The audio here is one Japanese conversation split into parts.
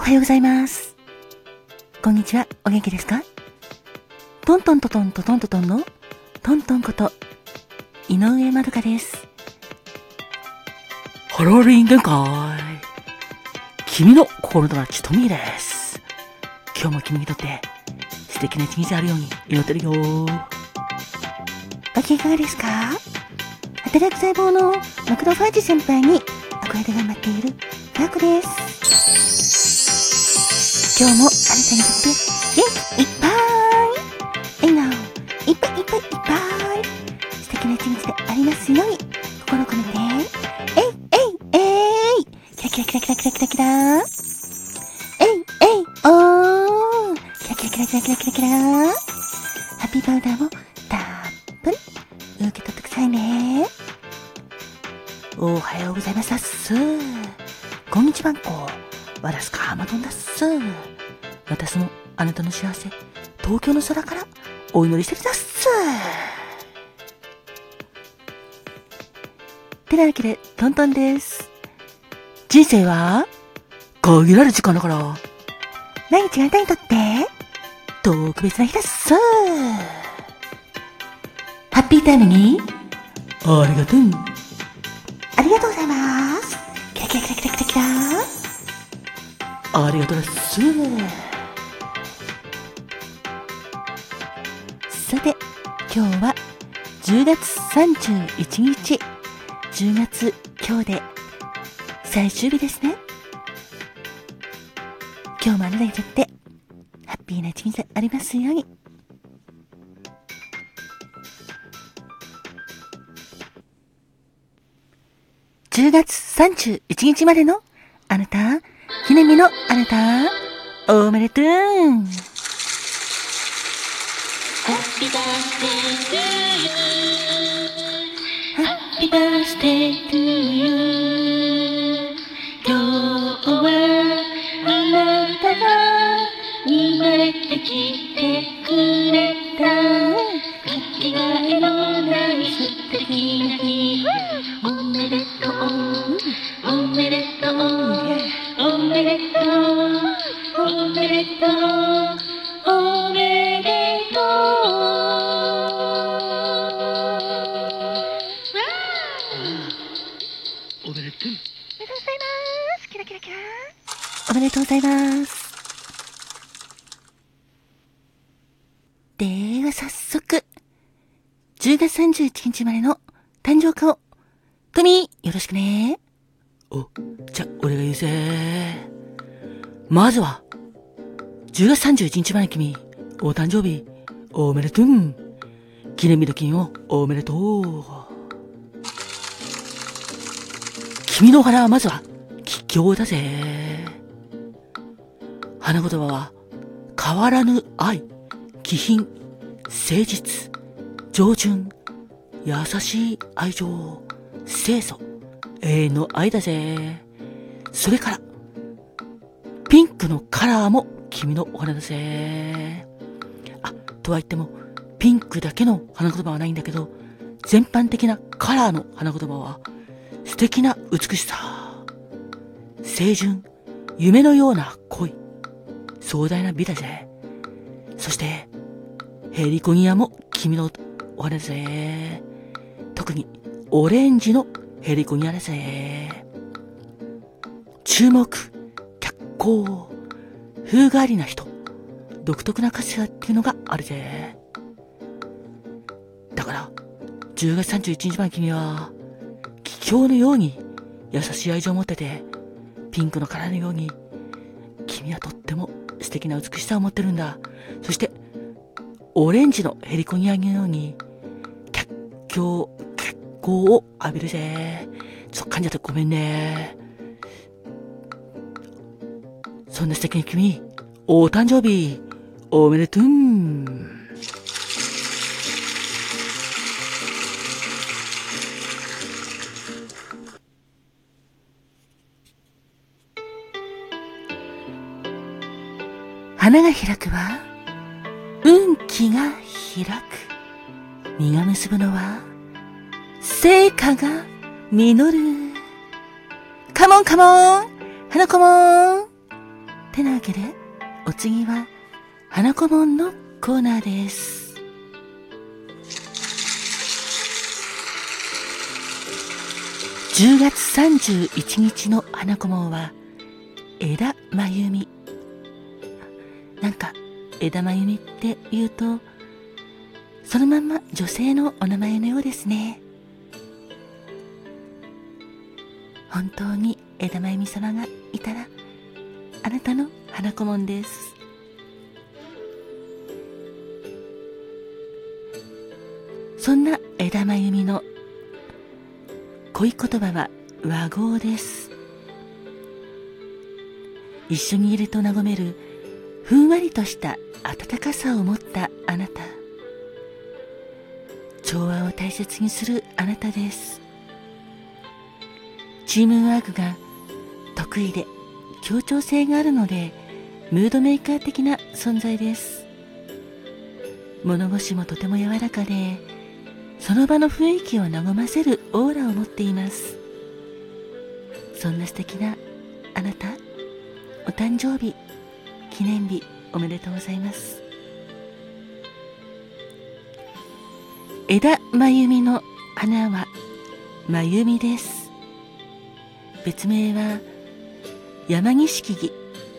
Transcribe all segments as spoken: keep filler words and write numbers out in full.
おはようございます。こんにちは、お元気ですか？トントントトントトントトンのトントンこと井上まどかです。ハローリン限界。君の心の友達トミーです。今日も君にとって素敵な一日あるように祈ってるよ。ご機嫌いかがですか？働く細胞のマクロファージ先輩に憧れで頑張っているターコです。今日もあなたにとって元気いっぱい、笑顔いっぱいいっぱいいっぱい、素敵な一日でありますように心を込めて、えいえいえい、キラキラキラキラキラキラキラ、えいえいおー、キラキラキラキラキラキラキラ、ハッピーパウダーをたっぷり受け取ってくださいね。おはようございますっす。こんにちはんこ。わらすかまどんだっす。私もあなたの幸せ、東京の空からお祈りしてるだっす。てなわけでトントンです。人生は限られる時間だから、毎日あなたにとって特別な日だっす。ハッピータイムにありがとう。ありがとうございます。キラキラキラキラキラキラ、ありがとうです。さて、今日はじゅうがつさんじゅういちにち、じゅうがつ今日で最終日ですね。今日もあなたにとってハッピーな一日でありますように。じゅうがつさんじゅういちにちまでのあなた、記念日のあなた、おめでとう。Happy birthday to you. Happy birthday to you. 今日はあなたが生まれてきてくれた。かけがえのない素敵な日。おめでとう。おめでとう。おめでとう。おめでとう。おめでとう。おめでとう。おめでとうございます。キラキラキラ。おめでとうございます。では早速、じゅうがつさんじゅういちにちまでの誕生日を、トミー、よろしくね。お、じゃ、俺が言うぜ。まずは、じゅうがつさんじゅういちにちまで君、お誕生日、おめでとう。記念日の金をおめでとう。君の花はまずは、吉祥だぜ。花言葉は、変わらぬ愛、気品、誠実、上純、優しい愛情、清楚、永遠の愛だぜ。それから、ピンクのカラーも君のお花だぜ。あ、とは言っても、ピンクだけの花言葉はないんだけど、全般的なカラーの花言葉は、素敵な美しさ、清純、夢のような恋、壮大な美だぜ。そして、ヘリコニアも君のお花だぜ。特に、オレンジのヘリコニアだぜ。注目、脚光、風変わりな人、独特な歌詞っていうのがあるぜ。だから、じゅうがつさんじゅういちにちまで君は、気境のように優しい愛情を持ってて、ピンクのカラーのように、君はとっても素敵な美しさを持ってるんだ。そして、オレンジのヘリコニアのように、脚光、脚光を浴びるぜ。ちょっと噛んじゃってごめんね。そんな素敵な君、お誕生日、おめでとう。花が開くは、運気が開く。実が結ぶのは、成果が実る。カモンカモン、花子もん。 てなわけで、お次は花子門のコーナーです。じゅうがつさんじゅういちにちの花子門は枝まゆみ。なんか枝まゆみって言うとそのまんま女性のお名前のようですね。本当に枝まゆみ様がいたらあなたの花子門です。そんな枝まゆみの恋言葉は和合です。一緒にいると和めるふんわりとした温かさを持ったあなた。調和を大切にするあなたです。チームワークが得意で協調性があるのでムードメーカー的な存在です。物腰もとても柔らかでその場の雰囲気を和ませるオーラを持っています。そんな素敵なあなた、お誕生日、記念日おめでとうございます。枝まゆみの花はまゆみです。別名は山錦木。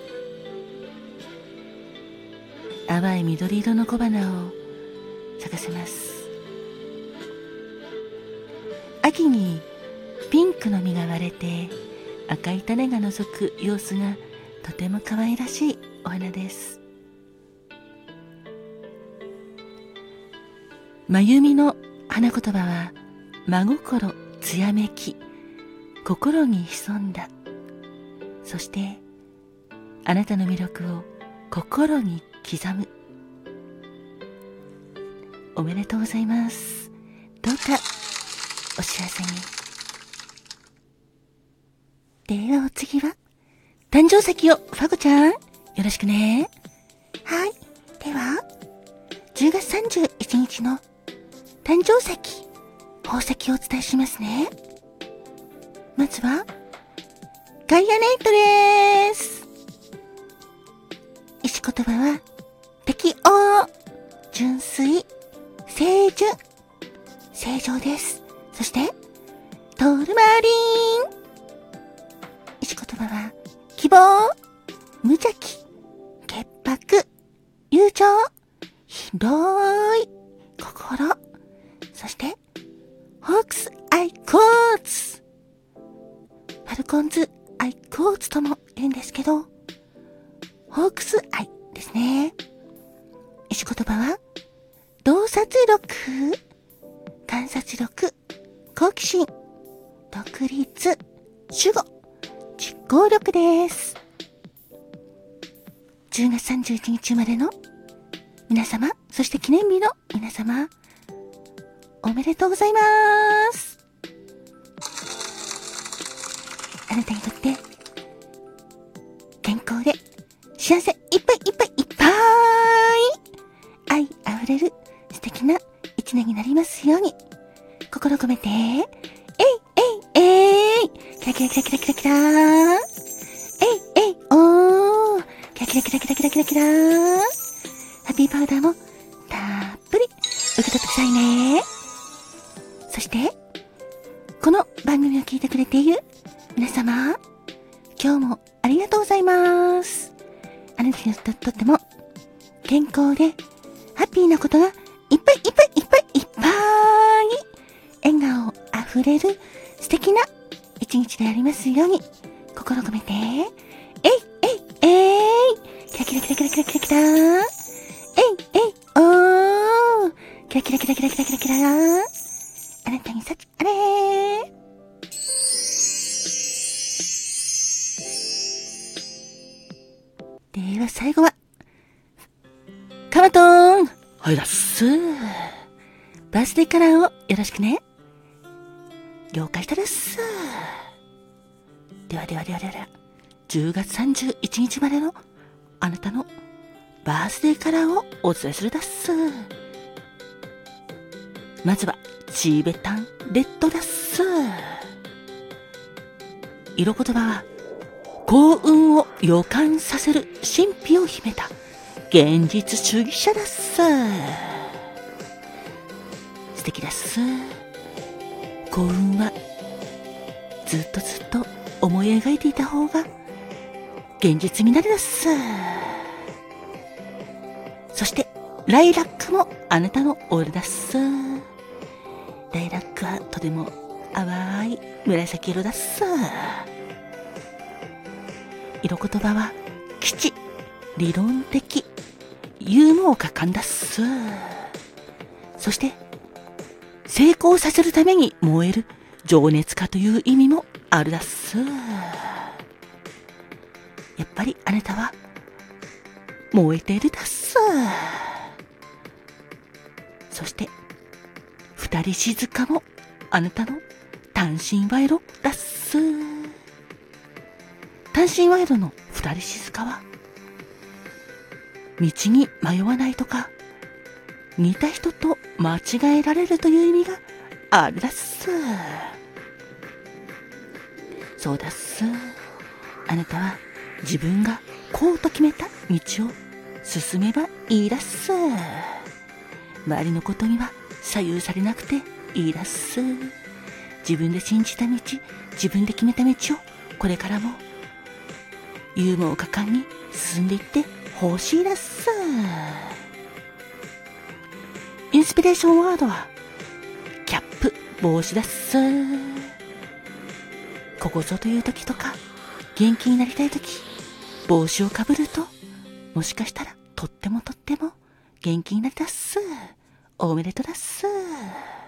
淡い緑色の小花を咲かせます。秋にピンクの実が割れて赤い種が覗く様子がとても可愛らしいお花です。まゆみの花言葉は真心つやめき、心に潜んだ。そしてあなたの魅力を心に刻む。おめでとうございます。どうかお幸せに。ではお次は誕生石をファゴちゃんよろしくね。 はい。ではじゅうがつさんじゅういちにちの誕生石宝石をお伝えしますね。まずはガイアネイトです。石言葉は適応、純粋、清純、正常です。そしてトールマリン。石言葉は希望、無邪気、潔白、友情、広い心。そしてホークスアイコーツ、ファルコンズアイコーツとも言うんですけど、ホークスアイですね。石言葉は洞察力、観察力、好奇心、独立、守護、実行力です。じゅうがつさんじゅういちにち生まれの皆様、そして記念日の皆様、おめでとうございます。あなたにとって健康で幸せいっぱいいっぱいいっぱい愛あふれる素敵な一年になりますように。心込めて、えいえいえい、キラキラキラキラキラキラ、えいえいおー、キラキラキラキラキラキラキラ、ハッピーパウダーもたっぷり受け取ってくださいね。そしてこの番組を聞いてくれている皆様、今日もありがとうございます。あなたにとっても健康でハッピーなことがいっぱいいっぱいいっぱいいっぱい、笑顔あふれる素敵な一日でありますように。心込めて、えいえいえい、キラキラキラキラキラキラキラ、えいえいおー、キラキラキラキラキラキラキラ、あなたに幸あれー。では最後はカマトーン、 はいだっす。 バースデーカラーをよろしくね。了解したです。ではではではでは、 じゅうがつさんじゅういちにちまでのあなたのバースデーカラーをお伝えするだっす。まずはチーベタンレッドだっす。色言葉は幸運を予感させる神秘を秘めた現実主義者だっす。素敵だっす。幸運はずっとずっと思い描いていた方が現実になるだっす。そしてライラックもあなたの俺だっす。ライラックはとても淡い紫色だっす。色言葉は基地、理論的、有能果敢だっす。そして成功させるために燃える情熱家という意味もあるだっす。やっぱりあなたは燃えてるだっす。そして二人静かもあなたの単身賄賂だっす。単身賄賂の二人静かは道に迷わないとか似た人と間違えられるという意味があるだっす。そうだっす。あなたは自分がこうと決めた道を進めばいいだっす。周りのことには左右されなくていいだっす。自分で信じた道、自分で決めた道をこれからも勇猛果敢に進んでいってほしいだっす。インスピレーションワードはキャップ、帽子だっす。ここぞという時とか元気になりたい時、帽子をかぶるともしかしたらとってもとっても元気になりだっす。おめでとうだっす。